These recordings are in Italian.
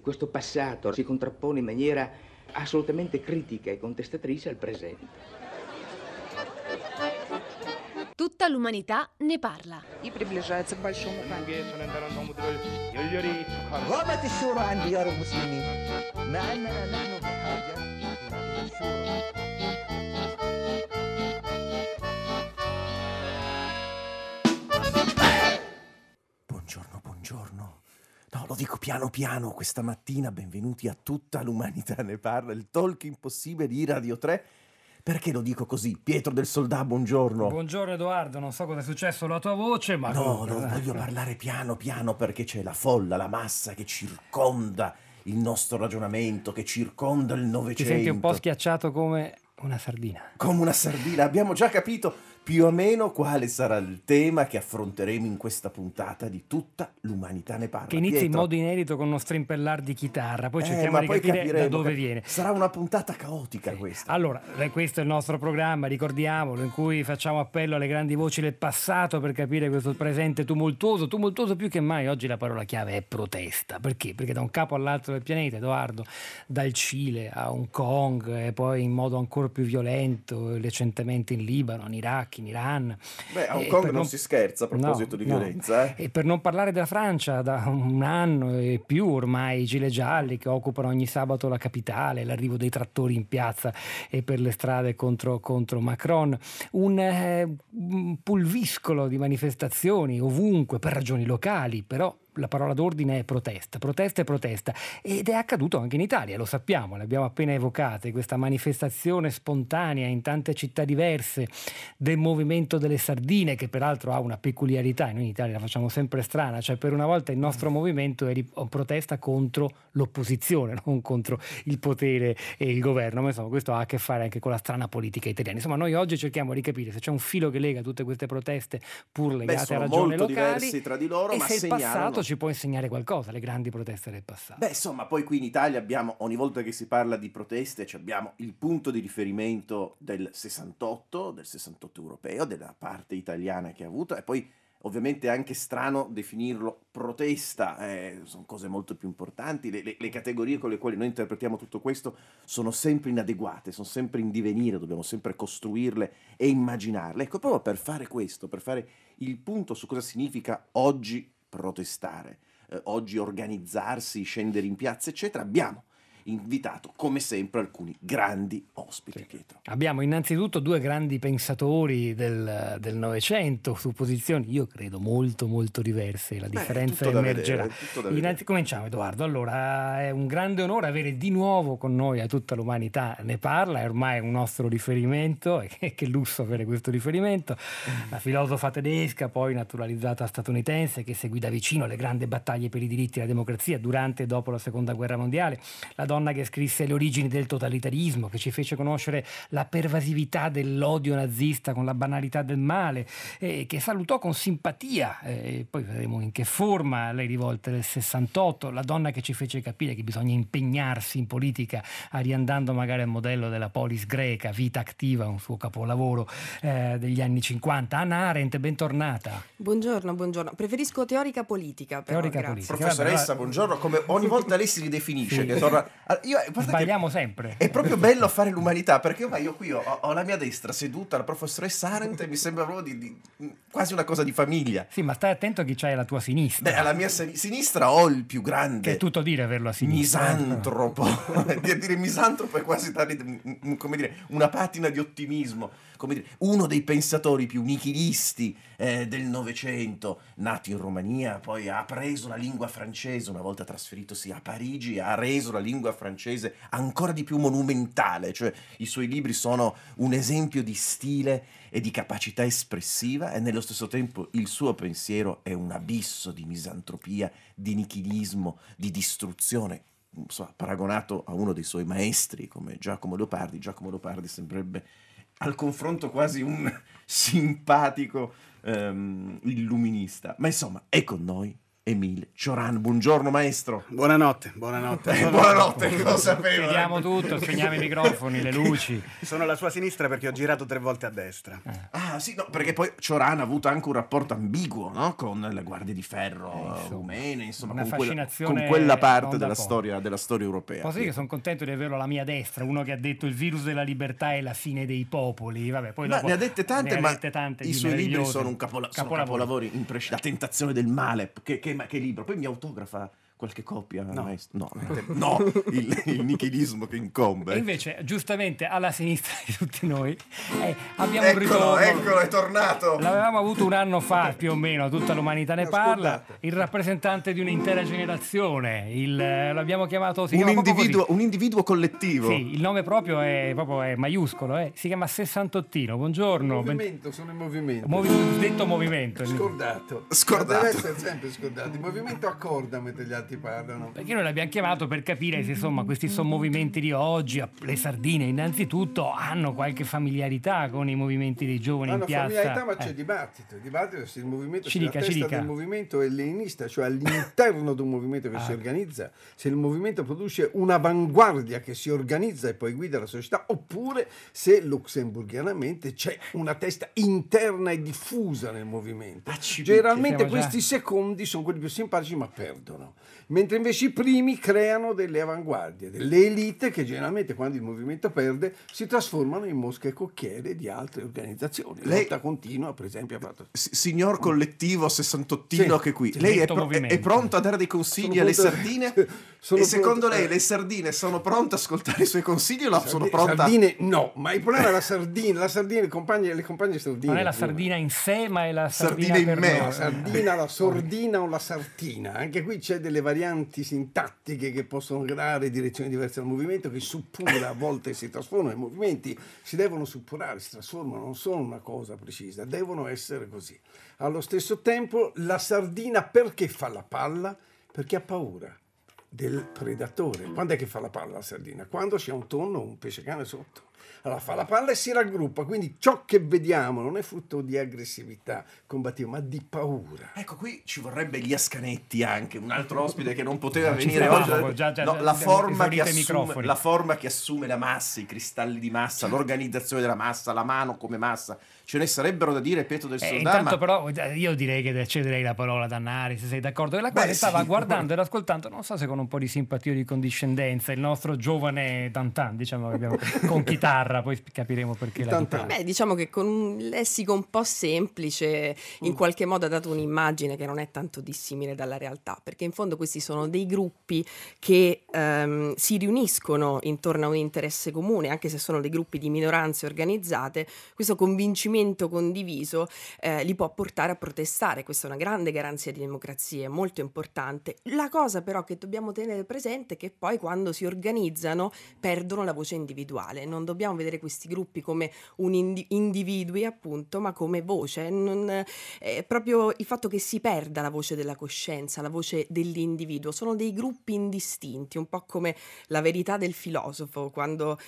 questo passato si contrappone in maniera assolutamente critica e contestatrice al presente. Tutta l'umanità ne parla. И приближается к большому камню. غابت الشورى عن ديار المسلمين مع أننا نحن بحاجة إلى الشورى. Buongiorno. No, lo dico piano piano questa mattina. Benvenuti a Tutta l'umanità ne parla, il talk impossibile di Radio 3. Perché lo dico così? Pietro del Soldà, buongiorno. Buongiorno Edoardo, non so cosa è successo alla tua voce, ma... No, voglio parlare piano piano perché c'è la folla, la massa che circonda il nostro ragionamento, che circonda il Novecento. Ti senti un po' schiacciato come una sardina. Come una sardina, abbiamo già capito più o meno quale sarà il tema che affronteremo in questa puntata di Tutta l'umanità ne parla. Che inizia Pietro, in modo inedito con uno strimpellar di chitarra, poi cerchiamo di capire da dove viene. Sarà una puntata caotica questa. Allora, questo è il nostro programma, ricordiamolo, in cui facciamo appello alle grandi voci del passato per capire questo presente tumultuoso più che mai. Oggi la parola chiave è protesta. Perché? Perché da un capo all'altro del pianeta, Edoardo, dal Cile a Hong Kong e poi in modo ancora più violento recentemente in Libano, in Iraq, in Iran. Beh, a Hong Kong non si scherza a proposito di violenza. E per non parlare della Francia, da un anno e più ormai i gilet gialli che occupano ogni sabato la capitale, l'arrivo dei trattori in piazza e per le strade contro Macron, un pulviscolo di manifestazioni ovunque per ragioni locali, però la parola d'ordine è protesta ed è accaduto anche in Italia, lo sappiamo, l'abbiamo appena evocate, questa manifestazione spontanea in tante città diverse del movimento delle sardine, che peraltro ha una peculiarità, noi in Italia la facciamo sempre strana, cioè per una volta il nostro movimento è di protesta contro l'opposizione, non contro il potere e il governo, ma insomma questo ha a che fare anche con la strana politica italiana. Insomma, noi oggi cerchiamo di capire se c'è un filo che lega tutte queste proteste pur legate a ragioni molto locali diversi tra di loro, e ma se il segnalano... passato ci può insegnare qualcosa, le grandi proteste del passato. Beh, insomma, poi qui in Italia abbiamo, ogni volta che si parla di proteste, abbiamo il punto di riferimento del 68 europeo, della parte italiana che ha avuto, e poi ovviamente è anche strano definirlo protesta, sono cose molto più importanti, le categorie con le quali noi interpretiamo tutto questo sono sempre inadeguate, sono sempre in divenire, dobbiamo sempre costruirle e immaginarle. Ecco, proprio per fare questo, per fare il punto su cosa significa oggi protestare, oggi organizzarsi, scendere in piazza, eccetera, abbiamo invitato come sempre alcuni grandi ospiti. Pietro. Abbiamo innanzitutto due grandi pensatori del Novecento su posizioni, io credo, molto molto diverse. La differenza emergerà. Cominciamo, Edoardo. Allora, è un grande onore avere di nuovo con noi a Tutta l'umanità ne parla, è ormai un nostro riferimento, e che lusso avere questo riferimento. La filosofa tedesca, poi naturalizzata statunitense, che seguì da vicino le grandi battaglie per i diritti e la democrazia durante e dopo la Seconda Guerra Mondiale, la donna che scrisse Le origini del totalitarismo, che ci fece conoscere la pervasività dell'odio nazista con la banalità del male, che salutò con simpatia, poi vedremo in che forma, le rivolte del 68, la donna che ci fece capire che bisogna impegnarsi in politica, riandando magari al modello della polis greca, Vita Activa, un suo capolavoro degli anni 50. Anna Arendt, bentornata. Buongiorno. Preferisco teorica politica, però. Professoressa, buongiorno, come ogni volta lei si ridefinisce, che torna... Sbagliamo sempre. È proprio bello fare l'umanità, perché io qui ho la mia destra seduta la professoressa Arendt e mi sembra proprio di quasi una cosa di famiglia. Sì, ma stai attento a chi c'hai alla tua sinistra. Beh, alla mia sinistra ho il più grande, che è tutto dire averlo a sinistra, misantropo. Dire misantropo è quasi come dire, una patina di ottimismo, come dire, uno dei pensatori più nichilisti del Novecento, nato in Romania, poi ha preso la lingua francese, una volta trasferitosi a Parigi, ha reso la lingua francese ancora di più monumentale, cioè i suoi libri sono un esempio di stile e di capacità espressiva, e nello stesso tempo il suo pensiero è un abisso di misantropia, di nichilismo, di distruzione. Paragonato a uno dei suoi maestri come Giacomo Leopardi sembrerebbe al confronto quasi un simpatico illuminista, ma insomma è con noi Émile Cioran. Buongiorno maestro. Buonanotte. Buonanotte, lo sapevo. Vediamo tutto, spegniamo i microfoni, le luci. Sono alla sua sinistra perché ho girato 3 volte a destra. Ah, Sì, no, perché poi Cioran ha avuto anche un rapporto ambiguo, no? Con le guardie di ferro rumene, insomma, una con fascinazione quella parte non da della poco. storia europea. Posso dire che sono contento di averlo alla mia destra, uno che ha detto il virus della libertà è la fine dei popoli. Vabbè, poi dopo ne ha dette tante, di i suoi libri meravigliose. sono capolavori imprescindibili. La tentazione del male, che libro. Poi mi autografa qualche copia, maestro? No, il nichilismo che incombe. E invece, giustamente, alla sinistra di tutti noi abbiamo un ritorno. Eccolo, è tornato. L'avevamo avuto un anno fa, più o meno, tutta l'umanità ne parla. Il rappresentante di un'intera generazione, l'abbiamo chiamato... Un individuo collettivo. Sì, il nome proprio è maiuscolo, si chiama Sessantottino. Buongiorno. Sono in movimento. Detto movimento. Scordato. Deve essere sempre scordato. Il movimento accorda mentre gli altri parlano. Perché noi l'abbiamo chiamato per capire se insomma questi sommovimenti di oggi, le sardine innanzitutto, hanno qualche familiarità con i movimenti dei giovani in piazza. Familiarità, ma c'è dibattito. Il dibattito se il movimento, se la testa del movimento è leninista, cioè all'interno di un movimento che si organizza, se il movimento produce un'avanguardia che si organizza e poi guida la società, oppure se luxemburghianamente c'è una testa interna e diffusa nel movimento. Generalmente questi secondi sono quelli più simpatici, ma perdono. Mentre invece i primi creano delle avanguardie, delle elite che generalmente quando il movimento perde si trasformano in mosche cocchiere di altre organizzazioni. La lotta continua, per esempio, ha fatto... Signor collettivo sessantottino che qui, lei è pronto a dare dei consigli alle sardine? E secondo lei le sardine sono pronte ad ascoltare i suoi consigli o sono pronte? Sardine no, ma il problema è la sardina, le compagne sardine. Non è la sardina in sé, ma è la sardina in me. La sardina, la sordina o la sartina. Anche qui c'è delle varianti sintattiche che possono creare direzioni diverse al movimento, che suppura, a volte si trasformano. I movimenti si devono suppurare, si trasformano, non sono una cosa precisa, devono essere così. Allo stesso tempo la sardina perché fa la palla? Perché ha paura del predatore. Quando è che fa la palla la sardina? Quando c'è un tonno o un pesce cane sotto. Allora fa la palla e si raggruppa, quindi ciò che vediamo non è frutto di aggressività combattiva, ma di paura. Ecco, qui ci vorrebbe Elias Canetti anche, un altro ospite che non poteva venire oggi. La forma che assume la massa, i cristalli di massa, l'organizzazione della massa, la mano come massa. Ce ne sarebbero da dire, Pietro del Soldà. Intanto però io direi che cederei la parola a Dannari, se sei d'accordo, della quale stava guardando ed ascoltando, non so se con un po' di simpatia o di condiscendenza, il nostro giovane Tantan, diciamo che abbiamo con chitarra, poi capiremo perché la chitarra. Beh, diciamo che con un lessico un po' semplice in qualche modo ha dato un'immagine che non è tanto dissimile dalla realtà, perché in fondo questi sono dei gruppi che si riuniscono intorno a un interesse comune, anche se sono dei gruppi di minoranze organizzate. Questo convincimento condiviso li può portare a protestare. Questa è una grande garanzia di democrazia, è molto importante. La cosa però che dobbiamo tenere presente è che poi quando si organizzano perdono la voce individuale. Non dobbiamo vedere questi gruppi come individui, appunto, ma come voce. Proprio il fatto che si perda la voce della coscienza, la voce dell'individuo, sono dei gruppi indistinti, un po' come la verità del filosofo, quando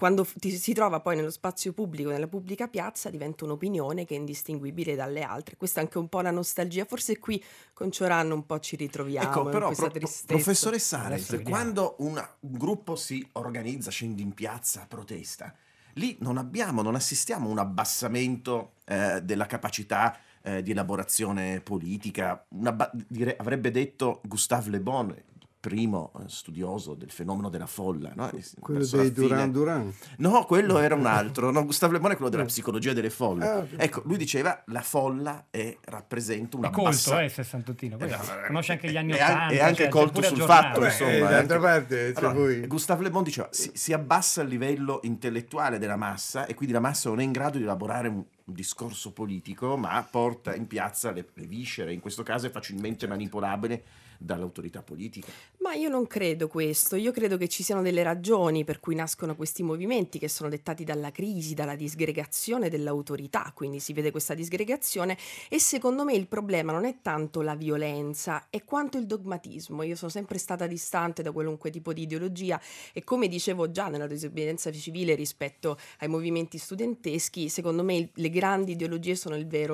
si trova poi nello spazio pubblico, nella pubblica piazza, diventa un'opinione che è indistinguibile dalle altre. Questa è anche un po' la nostalgia, forse qui con Cioran un po' ci ritroviamo. Ecco, però, in questa tristezza. professoressa Arendt, quando un gruppo si organizza, scende in piazza, protesta, lì non assistiamo a un abbassamento della capacità di elaborazione politica. Avrebbe detto Gustave Le Bon, primo studioso del fenomeno della folla, no? Quello dei Duran. No, quello era un altro. No, Gustave Le Bon è quello della psicologia delle folle. Ecco, lui diceva la folla rappresenta una colto, Sessantottino. Conosce anche gli anni '80. E anche colto sul fatto, insomma. D'altra parte, Gustave Le Bon diceva si abbassa il livello intellettuale della massa e quindi la massa non è in grado di elaborare un discorso politico, ma porta in piazza le viscere, in questo caso è facilmente manipolabile dall'autorità politica. Ma io non credo questo, io credo che ci siano delle ragioni per cui nascono questi movimenti che sono dettati dalla crisi, dalla disgregazione dell'autorità, quindi si vede questa disgregazione e secondo me il problema non è tanto la violenza, è quanto il dogmatismo. Io sono sempre stata distante da qualunque tipo di ideologia e come dicevo già nella disobbedienza civile rispetto ai movimenti studenteschi, secondo me le grandi ideologie sono il vero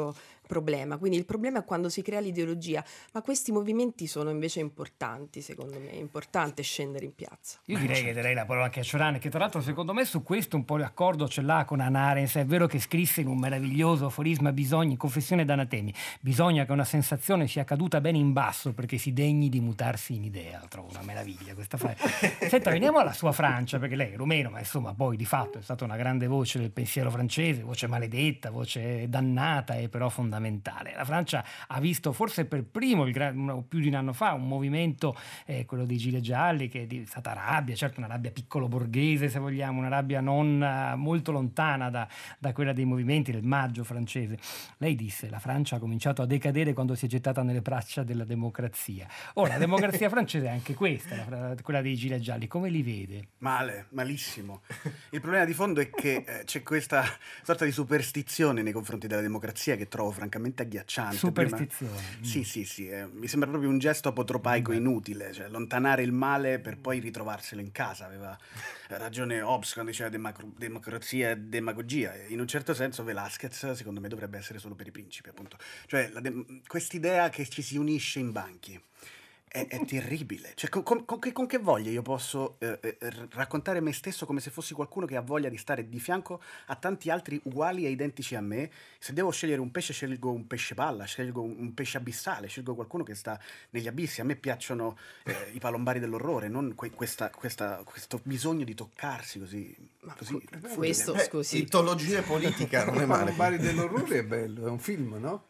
problema. Quindi il problema è quando si crea l'ideologia, ma questi movimenti sono invece importanti, secondo me. È importante scendere in piazza. Io direi che darei la parola anche a Cioran, che tra l'altro secondo me su questo un po' l'accordo ce l'ha con Hannah Arendt. È vero che scrisse in un meraviglioso aforisma in Confessione d'Anatemi, bisogna che una sensazione sia caduta bene in basso perché si degni di mutarsi in idea. Trovo una meraviglia questa frase. Senta, veniamo alla sua Francia, perché lei è rumeno, ma insomma poi di fatto è stata una grande voce del pensiero francese, voce maledetta, voce dannata e però fondamentale. La Francia ha visto forse per primo, più di un anno fa, un movimento, quello dei Gilet gialli, che è stata rabbia, certo una rabbia piccolo borghese se vogliamo, una rabbia non molto lontana da quella dei movimenti del maggio francese. Lei disse: la Francia ha cominciato a decadere quando si è gettata nelle braccia della democrazia. Ora, la democrazia francese è anche questa, quella dei Gilet gialli. Come li vede? Male, malissimo. Il problema di fondo è che c'è questa sorta di superstizione nei confronti della democrazia che trovo francamente agghiacciante. Superstizione? Sì. Mi sembra proprio un gesto apotropaico inutile, cioè allontanare il male per poi ritrovarselo in casa. Aveva ragione Hobbes quando diceva democrazia e demagogia. In un certo senso Velázquez secondo me dovrebbe essere solo per i principi, appunto. Cioè quest'idea che ci si unisce in banchi è terribile. Cioè, con che voglia io posso raccontare me stesso come se fossi qualcuno che ha voglia di stare di fianco a tanti altri uguali e identici a me? Se devo scegliere un pesce, scelgo un pesce palla, scelgo un pesce abissale, scelgo qualcuno che sta negli abissi. A me piacciono i palombari dell'orrore, non questo bisogno di toccarsi così. Questo, scusi. Mitologia politica non è male. I palombari dell'orrore è bello, è un film, no?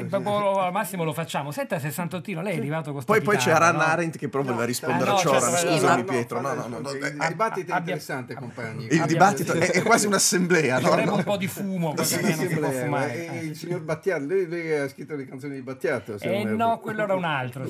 Al massimo lo facciamo. Senta, Sessantottino, lei è arrivato con poi c'è Hannah Arendt che però voleva rispondere a Cioran. Scusami Pietro. Il dibattito è interessante, compagni. Il dibattito è quasi un'assemblea. Vorremmo un po' di fumo, perché non si può fumare. Il signor Battiato, lei ha scritto le canzoni di Battiato? No, quello era un altro,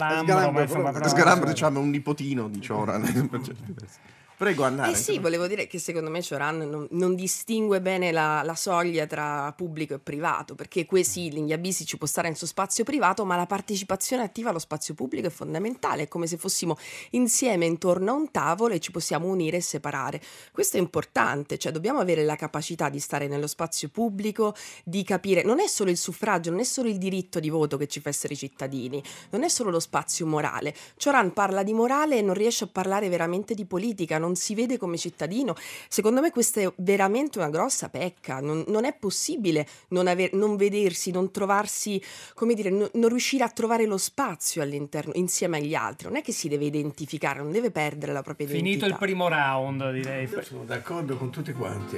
Sgalambro, diciamo, è un nipotino di Cioran. Prego, Hannah. Sì, volevo dire che secondo me Cioran non distingue bene la soglia tra pubblico e privato, perché negli abissi ci può stare nel suo spazio privato, ma la partecipazione attiva allo spazio pubblico è fondamentale, è come se fossimo insieme intorno a un tavolo e ci possiamo unire e separare. Questo è importante, cioè dobbiamo avere la capacità di stare nello spazio pubblico, di capire, non è solo il suffragio, non è solo il diritto di voto che ci fa essere cittadini, non è solo lo spazio morale. Cioran parla di morale e non riesce a parlare veramente di politica, non si vede come cittadino. Secondo me questa è veramente una grossa pecca. Non è possibile non vedersi, non trovarsi, come dire, non riuscire a trovare lo spazio all'interno insieme agli altri. Non è che si deve identificare, non deve perdere la propria identità. Finito il primo round, direi. Io sono d'accordo con tutti quanti.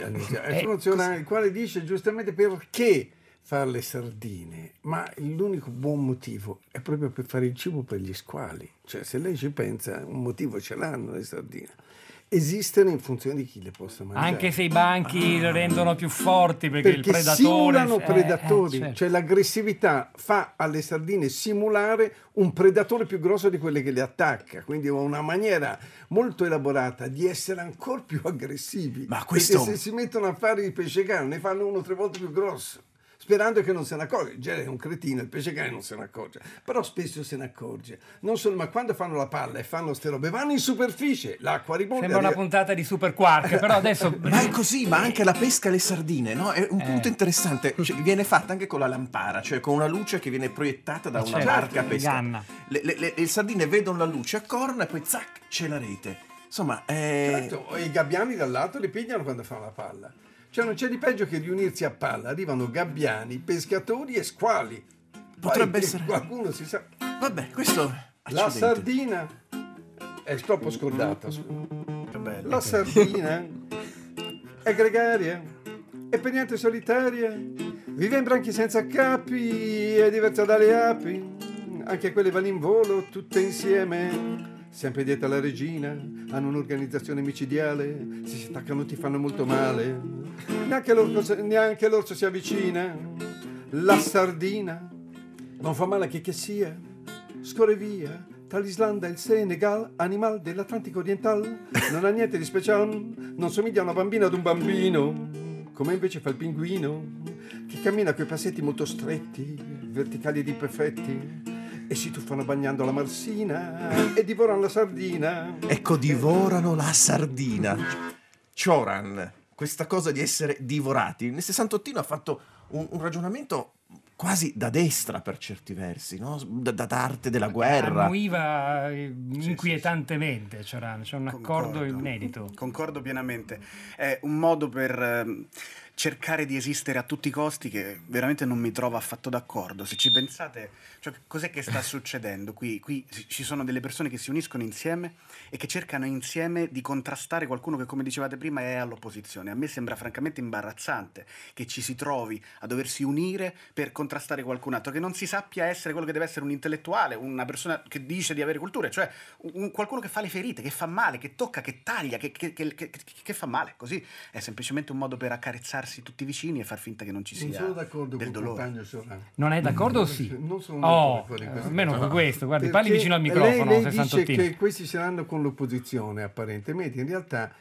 Il quale dice giustamente perché fare le sardine, ma l'unico buon motivo è proprio per fare il cibo per gli squali. Cioè, se lei ci pensa, un motivo ce l'hanno le sardine. Esistono in funzione di chi le possa mangiare. Anche se i banchi lo rendono più forti perché il predatore simulano predatori, certo. Cioè l'aggressività fa alle sardine simulare un predatore più grosso di quelle che le attacca, quindi è una maniera molto elaborata di essere ancora più aggressivi. Ma questo... Perché se si mettono a fare il pesce cane ne fanno 1 o 3 volte più grosso, sperando che non se ne accorga. Il genere è un cretino, il pesce cane non se ne accorge, però spesso se ne accorge. Non solo, ma quando fanno la palla e fanno ste robe, vanno in superficie, l'acqua ribolge. Sembra una puntata di Super Quark, però adesso... Ma è così, ma anche la pesca alle sardine, no? È un punto interessante, cioè, viene fatta anche con la lampara, cioè con una luce che viene proiettata da una barca pesca. Le sardine vedono la luce, accorrono e poi zac, c'è la rete. Insomma, certo, i gabbiani dall'alto li pigliano quando fanno la palla. Cioè non c'è di peggio che riunirsi a palla, arrivano gabbiani, pescatori e squali. Potrebbe essere... Qualcuno si sa... Vabbè, questo... La sardina è troppo scordata. La sardina è gregaria, è per niente solitaria, vive in branchi senza capi, è diversa dalle api, anche quelle vanno in volo tutte insieme. Sempre dietro alla regina, hanno un'organizzazione micidiale, se si attaccano ti fanno molto male, neanche l'orso si avvicina. La sardina non fa male a chi che sia, scorre via tra l'Islanda e il Senegal, animal dell'Atlantico orientale, non ha niente di speciale, non somiglia a una bambina ad un bambino, come invece fa il pinguino, che cammina coi passetti molto stretti, verticali ed imperfetti, e si tuffano bagnando la marsina e divorano la sardina. Ecco, divorano la sardina. Cioran, questa cosa di essere divorati. Nel Sessantottino ha fatto un ragionamento quasi da destra per certi versi, no? Da arte della guerra. Annuiva inquietantemente, c'è un accordo inedito. Concordo pienamente. È un modo per cercare di esistere a tutti i costi che veramente non mi trovo affatto d'accordo. Se ci pensate, cioè, cos'è che sta succedendo? Qui ci sono delle persone che si uniscono insieme e che cercano insieme di contrastare qualcuno che, come dicevate prima, è all'opposizione. A me sembra francamente imbarazzante che ci si trovi a doversi unire per contrastare qualcun altro, che non si sappia essere quello che deve essere un intellettuale, una persona che dice di avere cultura, cioè qualcuno che fa le ferite, che fa male, che tocca, che taglia, che fa male. Così è semplicemente un modo per accarezzarsi tutti vicini e far finta che non ci sia non sono d'accordo del con dolore. Non è d'accordo o sì? Non sono d'accordo con almeno con questo, guardi, perché parli vicino al microfono. Lei dice che questi saranno con l'opposizione, apparentemente. In realtà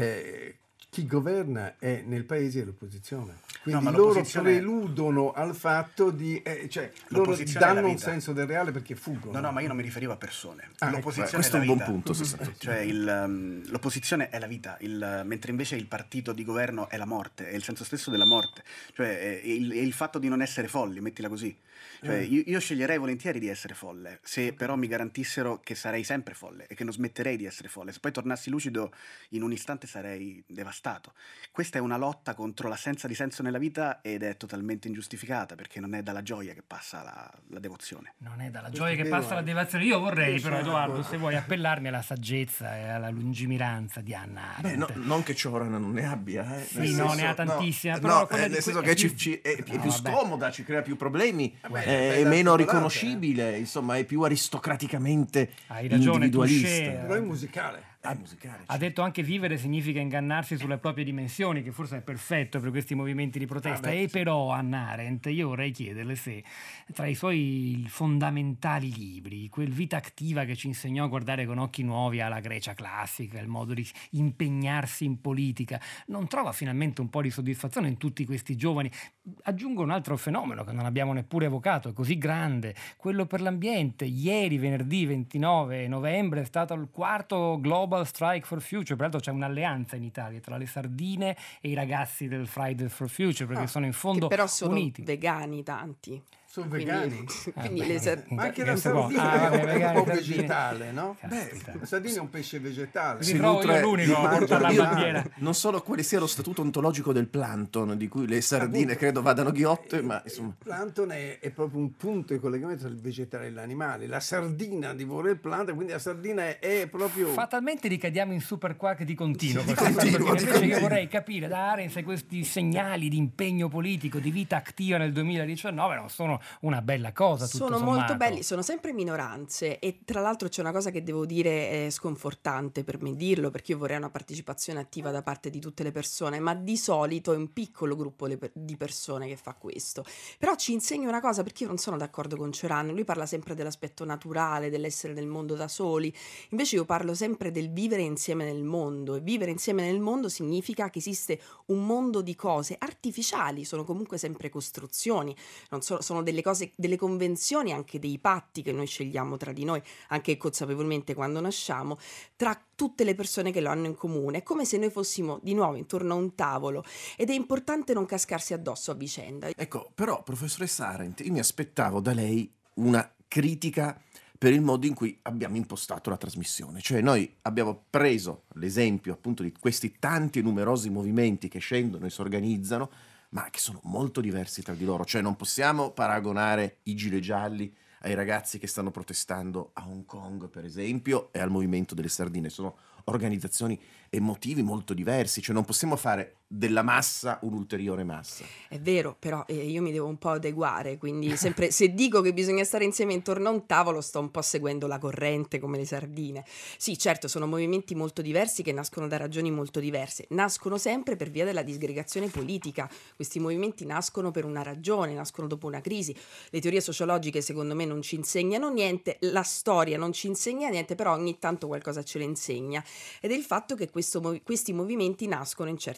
chi governa è nel paese l'opposizione. Quindi loro preludono al fatto di loro danno un senso del reale perché fuggono. No, ma io non mi riferivo a persone. L'opposizione questo è un buon punto. Cioè l'opposizione è la vita, mentre invece il partito di governo è la morte, è il senso stesso della morte. Cioè è il fatto di non essere folli, mettila così. Cioè, io sceglierei volentieri di essere folle, se però mi garantissero che sarei sempre folle e che non smetterei di essere folle. Se poi tornassi lucido in un istante sarei devastato. Questa è una lotta contro l'assenza di senso nella vita ed è totalmente ingiustificata, perché non è dalla gioia che passa la devozione. Non è dalla gioia che passa la devozione. Io vorrei però, Edoardo, se vuoi appellarmi alla saggezza e alla lungimiranza di Hannah Arendt. Non che Ciorana non ne abbia. Sì, ne ha tantissima. Però nel senso che è più scomoda, ci crea più problemi. È meno riconoscibile, insomma, è più aristocraticamente individualista. Però è musicale. Ha detto anche vivere significa ingannarsi sulle proprie dimensioni, che forse è perfetto per questi movimenti di protesta. Però Hannah Arendt, io vorrei chiederle se tra i suoi fondamentali libri, quel Vita Activa che ci insegnò a guardare con occhi nuovi alla Grecia classica, il modo di impegnarsi in politica, non trova finalmente un po' di soddisfazione in tutti questi giovani? Aggiungo un altro fenomeno che non abbiamo neppure evocato, è così grande, quello per l'ambiente. Ieri, venerdì 29 novembre, è stato il 4º Global Strike for Future. Peraltro c'è un'alleanza in Italia tra le sardine e i ragazzi del Fridays for Future, perché sono in fondo però sono uniti. Vegani tanti. Sono vegani. Quindi ma anche la sardina è un po' vegetale, no? La sardina è un pesce vegetale. Si nutre l'unico a portare la bandiera. Non solo quale sia lo statuto ontologico del plancton, di cui le sardine credo vadano ghiotte, ma insomma. Il plancton è proprio un punto di collegamento tra il vegetale e l'animale. La sardina divora il plancton, quindi la sardina è proprio. Fatalmente ricadiamo in super quark di continuo. Invece io vorrei capire da Arendt se questi segnali di impegno politico, di vita attiva nel 2019 non sono una bella cosa, tutto sono sommato. Molto belli, sono sempre minoranze, e tra l'altro c'è una cosa che devo dire sconfortante per me dirlo, perché io vorrei una partecipazione attiva da parte di tutte le persone, ma di solito è un piccolo gruppo di persone che fa questo. Però ci insegna una cosa, perché io non sono d'accordo con Cioran, lui parla sempre dell'aspetto naturale, dell'essere nel mondo da soli, invece io parlo sempre del vivere insieme nel mondo, e vivere insieme nel mondo significa che esiste un mondo di cose artificiali, sono comunque sempre costruzioni, non sono delle cose, delle convenzioni, anche dei patti che noi scegliamo tra di noi, anche consapevolmente quando nasciamo, tra tutte le persone che lo hanno in comune. È come se noi fossimo di nuovo intorno a un tavolo, ed è importante non cascarsi addosso a vicenda. Ecco, però, professoressa Arendt, io mi aspettavo da lei una critica per il modo in cui abbiamo impostato la trasmissione. Cioè noi abbiamo preso l'esempio appunto di questi tanti e numerosi movimenti che scendono e si organizzano, ma che sono molto diversi tra di loro. Cioè non possiamo paragonare i gilet gialli ai ragazzi che stanno protestando a Hong Kong, per esempio, e al movimento delle sardine. Sono organizzazioni e motivi molto diversi, cioè non possiamo fare della massa un'ulteriore massa. È vero, però io mi devo un po' adeguare, quindi sempre se dico che bisogna stare insieme intorno a un tavolo sto un po' seguendo la corrente come le sardine. Sì, certo, sono movimenti molto diversi che nascono da ragioni molto diverse, nascono sempre per via della disgregazione politica. Questi movimenti nascono per una ragione, nascono dopo una crisi. Le teorie sociologiche secondo me non ci insegnano niente, la storia non ci insegna niente, però ogni tanto qualcosa ce le insegna, ed è il fatto che questi movimenti nascono in certi momenti.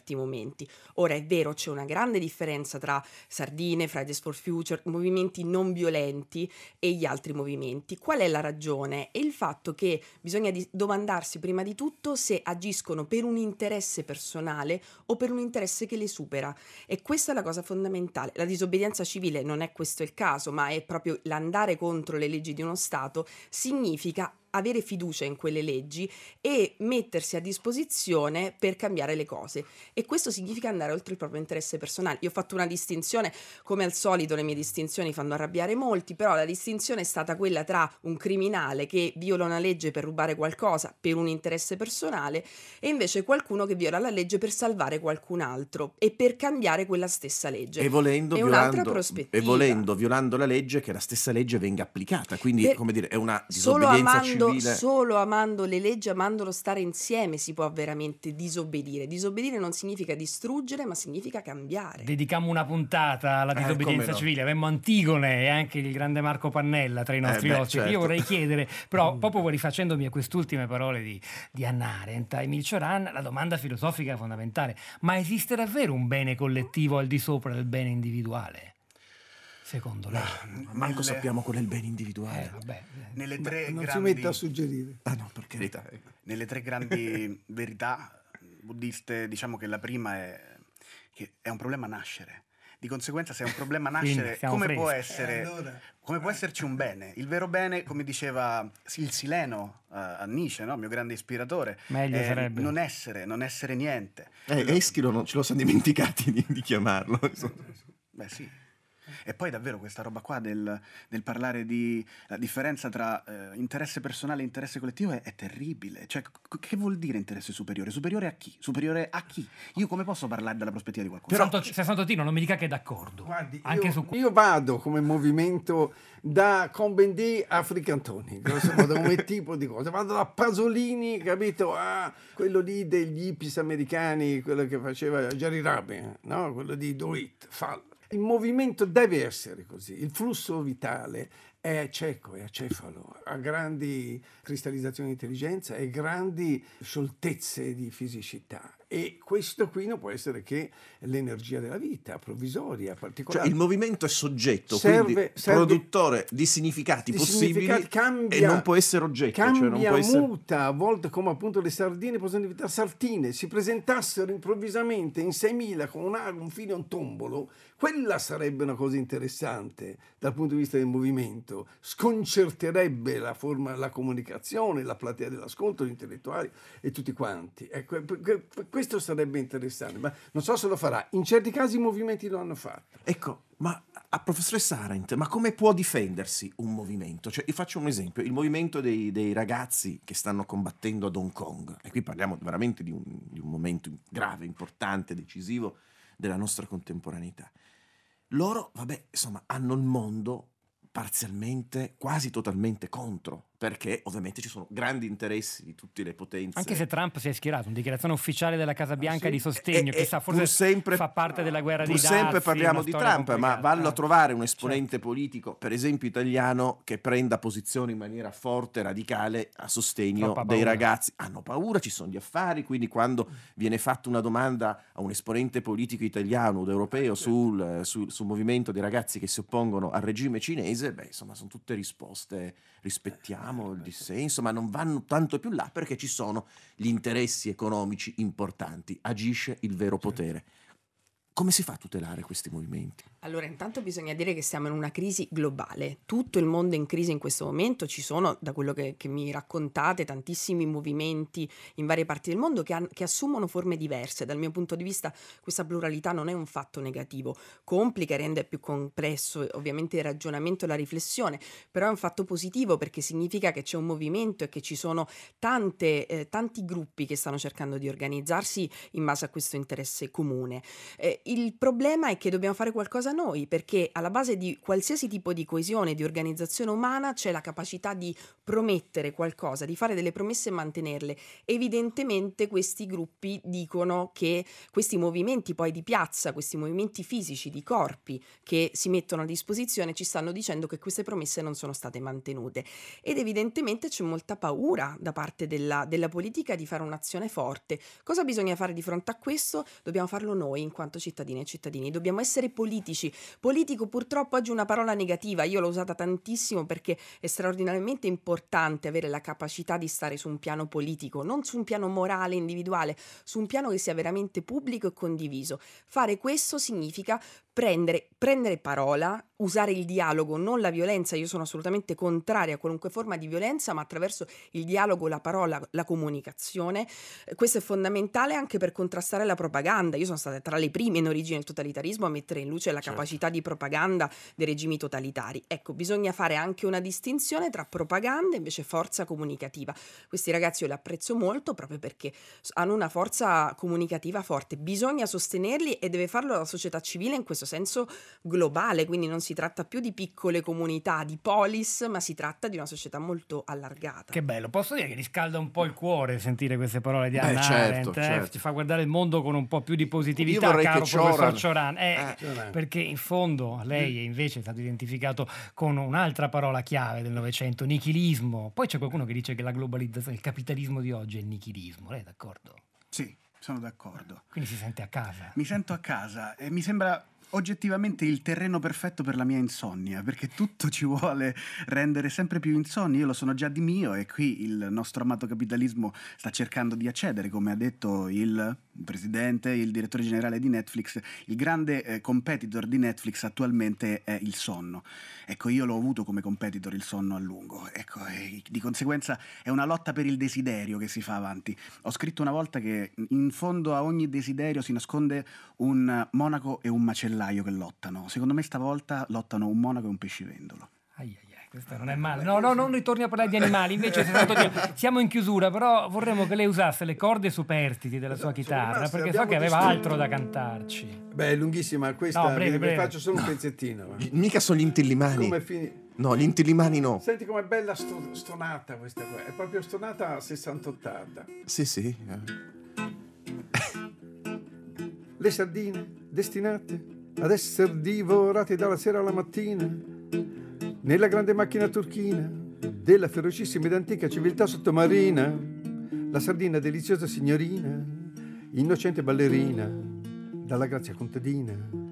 movimenti. Ora è vero, c'è una grande differenza tra Sardine, Fridays for Future, movimenti non violenti e gli altri movimenti. Qual è la ragione? È il fatto che bisogna domandarsi prima di tutto se agiscono per un interesse personale o per un interesse che le supera. E questa è la cosa fondamentale. La disobbedienza civile non è questo il caso, ma è proprio l'andare contro le leggi di uno Stato, significa avere fiducia in quelle leggi e mettersi a disposizione per cambiare le cose, e questo significa andare oltre il proprio interesse personale. Io ho fatto una distinzione, come al solito le mie distinzioni fanno arrabbiare molti, però la distinzione è stata quella tra un criminale che viola una legge per rubare qualcosa per un interesse personale e invece qualcuno che viola la legge per salvare qualcun altro e per cambiare quella stessa legge. E volendo, è un'altra prospettiva. E volendo, violando la legge, che la stessa legge venga applicata, quindi come dire, è una disobbedienza civile. Solo amando le leggi, amandolo stare insieme, si può veramente disobbedire. Disobbedire non significa distruggere, ma significa cambiare. Dedichiamo una puntata alla disobbedienza civile. Avemmo Antigone e anche il grande Marco Pannella tra i nostri ospiti. Certo. Io vorrei chiedere, però, proprio rifacendomi a quest'ultime parole di Hannah Arendt, a Emil Cioran, la domanda filosofica fondamentale: ma esiste davvero un bene collettivo al di sopra del bene individuale? Secondo lei? Manco sappiamo qual è il bene individuale. Nelle tre non grandi... si metta a suggerire. No, per carità. Nelle tre grandi verità buddiste, diciamo che la prima è che è un problema nascere. Di conseguenza, se è un problema nascere, come può esserci un bene? Il vero bene, come diceva il Sileno a Nietzsche, no? Mio grande ispiratore, meglio sarebbe non essere niente. Eschilo non ce lo siamo dimenticati di chiamarlo. Beh sì. E poi davvero questa roba qua del parlare di la differenza tra interesse personale e interesse collettivo è terribile. Cioè, che vuol dire interesse superiore? Superiore a chi? Superiore a chi? Io come posso parlare dalla prospettiva di qualcuno? Però Santo Tino non mi dica che è d'accordo. Guardi, anche io vado come movimento da Combendì a Fricantoni, insomma, da come tipo di cosa. Vado da Pasolini, capito, a quello lì degli hippies americani, quello che faceva Jerry Rabin, no? Quello di Do It, fallo. Il movimento deve essere così, il flusso vitale è cieco, è acefalo, ha grandi cristallizzazioni di intelligenza e grandi scioltezze di fisicità, e questo qui non può essere che l'energia della vita provvisoria, particolare. Cioè il movimento è soggetto, quindi produttore di significati possibili, cambia, e non può essere oggetto. Cambia, non può essere... muta, a volte come appunto le sardine possono diventare sartine, si presentassero improvvisamente in 6.000 con un filo e un tombolo, quella sarebbe una cosa interessante dal punto di vista del movimento, sconcerterebbe la forma, la comunicazione, la platea dell'ascolto, gli intellettuali e tutti quanti. Ecco, questo sarebbe interessante, ma non so se lo farà. In certi casi i movimenti lo hanno fatto. Ecco, ma professoressa Arendt, ma come può difendersi un movimento? Cioè, io faccio un esempio, il movimento dei ragazzi che stanno combattendo ad Hong Kong, e qui parliamo veramente di un momento grave, importante, decisivo della nostra contemporaneità. Loro, insomma, hanno il mondo parzialmente, quasi totalmente contro, perché ovviamente ci sono grandi interessi di tutte le potenze. Anche se Trump si è schierato, una dichiarazione ufficiale della Casa Bianca di sostegno, chissà, forse sempre, fa parte della guerra di dazi. Sempre parliamo di Trump, ma vallo a trovare un esponente politico, per esempio italiano, che prenda posizione in maniera forte, radicale, a sostegno dei ragazzi. Hanno paura, ci sono gli affari, quindi quando viene fatta una domanda a un esponente politico italiano o europeo sul movimento dei ragazzi che si oppongono al regime cinese, insomma, sono tutte risposte: rispettiamo il dissenso, ma non vanno tanto più là perché ci sono gli interessi economici importanti, agisce il vero potere. Come si fa a tutelare questi movimenti? Allora, intanto bisogna dire che siamo in una crisi globale, tutto il mondo è in crisi in questo momento, ci sono, da quello che mi raccontate, tantissimi movimenti in varie parti del mondo che assumono forme diverse. Dal mio punto di vista questa pluralità non è un fatto negativo, complica e rende più complesso ovviamente il ragionamento e la riflessione, però è un fatto positivo perché significa che c'è un movimento e che ci sono tanti gruppi che stanno cercando di organizzarsi in base a questo interesse comune. il problema è che dobbiamo fare qualcosa noi, perché alla base di qualsiasi tipo di coesione, di organizzazione umana, c'è la capacità di promettere qualcosa, di fare delle promesse e mantenerle. Evidentemente questi gruppi dicono che questi movimenti poi di piazza, questi movimenti fisici di corpi che si mettono a disposizione, ci stanno dicendo che queste promesse non sono state mantenute. Ed evidentemente c'è molta paura da parte della politica di fare un'azione forte. Cosa bisogna fare di fronte a questo? Dobbiamo farlo noi in quanto cittadine e cittadini, dobbiamo essere politici. Politico purtroppo oggi è una parola negativa, io l'ho usata tantissimo perché è straordinariamente importante avere la capacità di stare su un piano politico, non su un piano morale individuale, su un piano che sia veramente pubblico e condiviso. Fare questo significa prendere parola, usare il dialogo, non la violenza. Io sono assolutamente contraria a qualunque forma di violenza, ma attraverso il dialogo, la parola, la comunicazione. Questo è fondamentale anche per contrastare la propaganda. Io sono stata tra le prime in origine del totalitarismo a mettere in luce la capacità di propaganda dei regimi totalitari. Ecco, bisogna fare anche una distinzione tra propaganda e invece forza comunicativa. Questi ragazzi io li apprezzo molto proprio perché hanno una forza comunicativa forte. Bisogna sostenerli e deve farlo la società civile in questo senso globale, quindi non si tratta più di piccole comunità, di polis, ma si tratta di una società molto allargata. Che bello, posso dire che riscalda un po' il cuore sentire queste parole di Hannah Arendt, ci fa guardare il mondo con un po' più di positività, caro professor Cioran, perché in fondo lei invece è stato identificato con un'altra parola chiave del Novecento, nichilismo. Poi c'è qualcuno che dice che la globalizzazione, il capitalismo di oggi è il nichilismo, lei è d'accordo? Sì, sono d'accordo. Quindi si sente a casa? Mi sento a casa e mi sembra oggettivamente il terreno perfetto per la mia insonnia, perché tutto ci vuole rendere sempre più insonni. Io lo sono già di mio e qui il nostro amato capitalismo sta cercando di accedere, come ha detto il presidente, il direttore generale di Netflix. Il grande competitor di Netflix attualmente è il sonno. Ecco, io l'ho avuto come competitor il sonno a lungo, ecco, e di conseguenza è una lotta per il desiderio che si fa avanti. Ho scritto una volta che in fondo a ogni desiderio si nasconde un monaco e un macellaio che lottano. Secondo me stavolta lottano un monaco e un pescivendolo. Questo non è male. No, non ritorni a parlare di animali. Invece siamo in chiusura, però vorremmo che lei usasse le corde superstiti della sua chitarra, perché so che aveva altro da cantarci. Beh, è lunghissima questa. No, breve. Faccio solo un pezzettino. Mica sono gli intellimani. No, gli intellimani no. Senti com'è bella stonata questa qua. È proprio stonata a 60-80. Sì. Le sardine destinate ad essere divorate dalla sera alla mattina nella grande macchina turchina della ferocissima ed antica civiltà sottomarina, la sardina deliziosa signorina, innocente ballerina, dalla grazia contadina,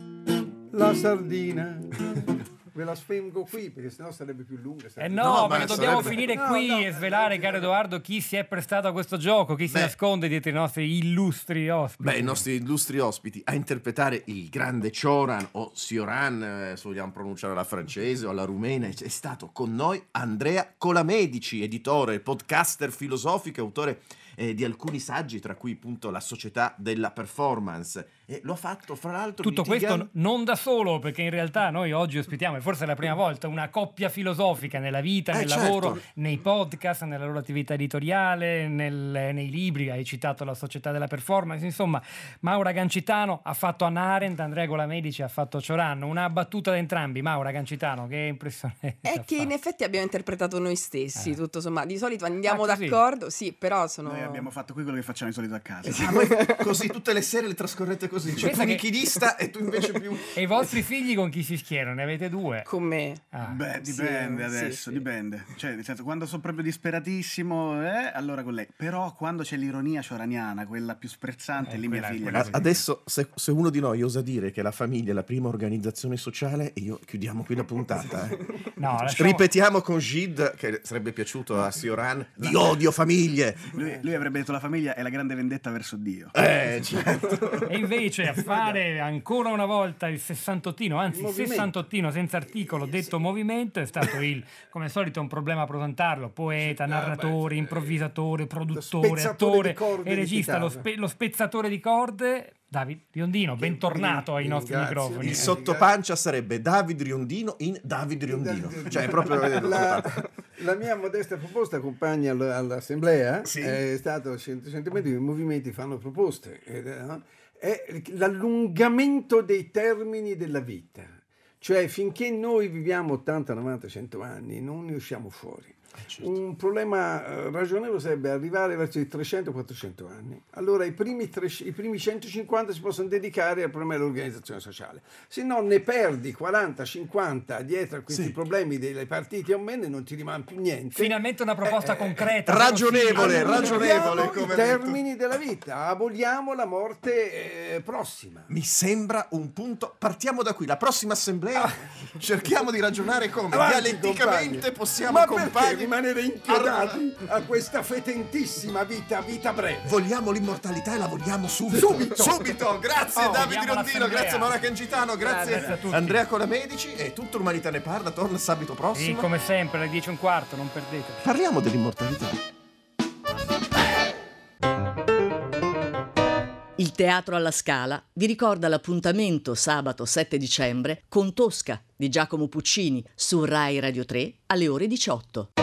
la sardina. Ve la spengo qui perché sennò sarebbe più lunga. Ma dobbiamo finire qui e svelare, caro Edoardo, chi si è prestato a questo gioco, chi si nasconde dietro i nostri illustri ospiti. I nostri illustri ospiti a interpretare il grande Cioran o Cioran, se vogliamo pronunciare alla francese o alla rumena, è stato con noi Andrea Colamedici, editore, podcaster filosofico, autore di alcuni saggi, tra cui appunto La società della performance, e lo ha fatto fra l'altro tutto questo non da solo, perché in realtà noi oggi ospitiamo, e forse è la prima volta, una coppia filosofica nella vita, nel lavoro, nei podcast, nella loro attività editoriale, nei libri. Hai citato La società della performance, insomma Maura Gancitano ha fatto Hannah Arendt, Andrea Colamedici ha fatto Cioran. Una battuta da entrambi. Maura Gancitano, che impressione è che in effetti abbiamo interpretato noi stessi, tutto sommato. Di solito andiamo d'accordo, sì, però noi abbiamo fatto qui quello che facciamo di solito a casa. Così tutte le sere le trascorrete così, cioè tu nichilista e tu invece più. E i vostri figli con chi si schierano? Ne avete due? Con me. Beh, dipende adesso, dipende. Cioè, nel senso, quando sono proprio disperatissimo, allora con lei. Però quando c'è l'ironia cioraniana, quella più sprezzante, lì mia figlia. Adesso, se uno di noi osa dire che la famiglia è la prima organizzazione sociale, io chiudiamo qui la puntata. No, ripetiamo con Gide, che sarebbe piaciuto a Cioran, di odio famiglie. Lui avrebbe detto la famiglia è la grande vendetta verso Dio. Certo. E invece a fare ancora una volta il sessantottino, anzi il sessantottino senza articolo, detto movimento, è stato come al solito un problema a presentarlo: poeta, narratore, improvvisatore, produttore, attore e regista, lo spezzatore di corde. David Riondino, bentornato ai nostri microfoni. Il sottopancia sarebbe David Riondino in David Riondino. Cioè proprio la mia modesta proposta, compagni all'assemblea, è stato semplicemente che i movimenti fanno proposte. è l'allungamento dei termini della vita. Cioè, finché noi viviamo 80, 90, 100 anni, non ne usciamo fuori. Certo. Un problema ragionevole sarebbe arrivare verso i 300-400 anni. Allora i primi 150 si possono dedicare al problema dell'organizzazione sociale. Se no ne perdi 40-50 dietro a questi problemi dei partiti o meno e non ti rimane più niente. Finalmente una proposta concreta. Ragionevole come i termini della vita. Aboliamo la morte prossima. Mi sembra un punto. Partiamo da qui. La prossima assemblea cerchiamo di ragionare come dialetticamente possiamo accompagnare. Rimanere inchiodati a questa fetentissima vita breve. Vogliamo l'immortalità e la vogliamo subito. Grazie Davide Rondino, grazie Maura Cangitano, grazie Andrea Colamedici, e tutta l'umanità ne parla. Torna sabato prossimo. Sì, come sempre alle 10:15, non perdete. Parliamo dell'immortalità. Il Teatro alla Scala vi ricorda l'appuntamento sabato 7 dicembre con Tosca di Giacomo Puccini su Rai Radio 3 alle ore 18.